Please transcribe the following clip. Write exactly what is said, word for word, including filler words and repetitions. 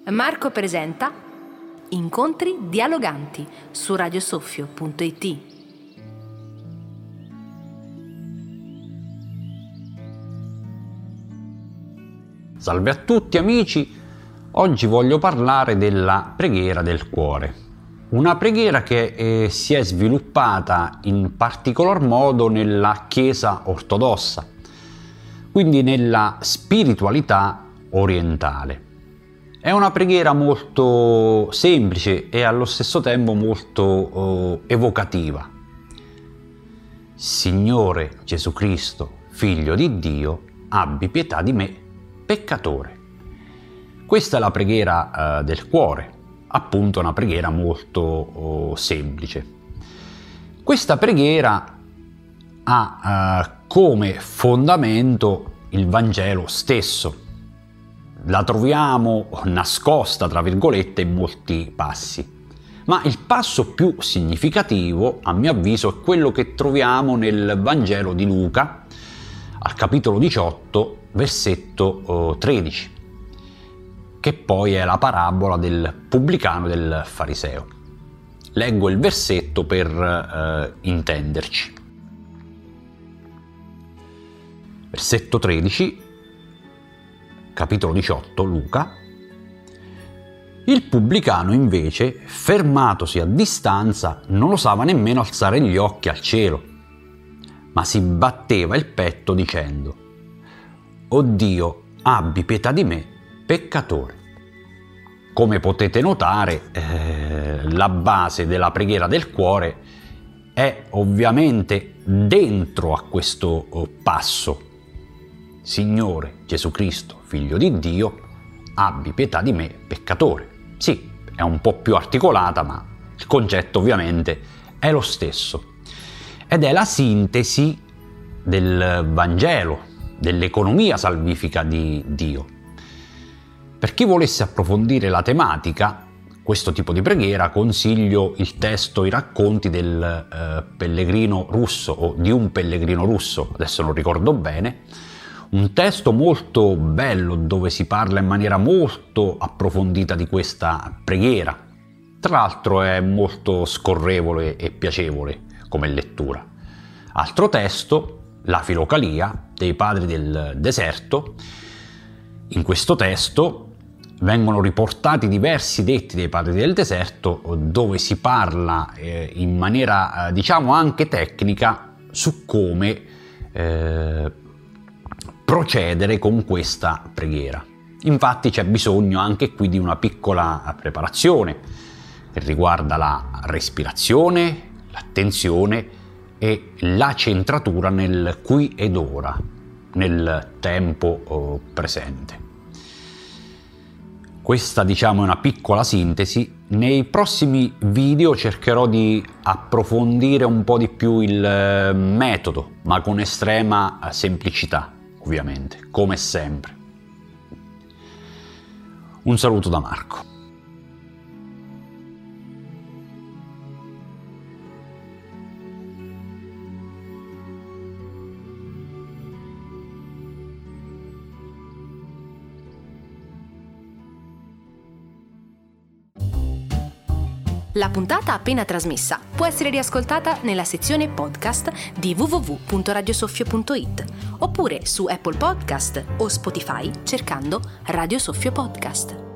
Marco presenta Incontri dialoganti su radiosoffio punto it. Salve a tutti amici, oggi voglio parlare della preghiera del cuore. Una preghiera che eh, si è sviluppata in particolar modo nella Chiesa ortodossa, quindi nella spiritualità orientale. È una preghiera molto semplice e allo stesso tempo molto eh, evocativa. Signore Gesù Cristo, Figlio di Dio, abbi pietà di me, peccatore. Questa è la preghiera eh, del cuore, appunto una preghiera molto oh, semplice. Questa preghiera ha eh, come fondamento il Vangelo stesso. La troviamo nascosta, tra virgolette, in molti passi. Ma il passo più significativo, a mio avviso, è quello che troviamo nel Vangelo di Luca, al capitolo diciotto, versetto oh, tredici. Che poi è la parabola del pubblicano e del fariseo. Leggo il versetto per eh, intenderci. Versetto tredici, capitolo diciotto, Luca. Il pubblicano invece, fermatosi a distanza, non osava nemmeno alzare gli occhi al cielo, ma si batteva il petto dicendo: «O Dio, abbi pietà di me, peccatore». Come potete notare, eh, la base della preghiera del cuore è ovviamente dentro a questo oh, passo. Signore Gesù Cristo, Figlio di Dio, abbi pietà di me, peccatore. Sì, è un po' più articolata, ma il concetto ovviamente è lo stesso. Ed è la sintesi del Vangelo, dell'economia salvifica di Dio. Per chi volesse approfondire la tematica, questo tipo di preghiera, consiglio il testo I racconti del eh, pellegrino russo o di un pellegrino russo, adesso non ricordo bene, un testo molto bello dove si parla in maniera molto approfondita di questa preghiera. Tra l'altro è molto scorrevole e piacevole come lettura. Altro testo, la Filocalia dei padri del deserto. In questo testo vengono riportati diversi detti dei padri del deserto dove si parla eh, in maniera eh, diciamo anche tecnica su come eh, procedere con questa preghiera. Infatti c'è bisogno anche qui di una piccola preparazione che riguarda la respirazione, l'attenzione e la centratura nel qui ed ora, nel tempo oh, presente. Questa diciamo è una piccola sintesi. Nei prossimi video cercherò di approfondire un po' di più il eh, metodo, ma con estrema semplicità, ovviamente, come sempre. Un saluto da Marco. La puntata appena trasmessa può essere riascoltata nella sezione podcast di w w w punto radiosoffio punto it oppure su Apple Podcast o Spotify cercando Radio Soffio Podcast.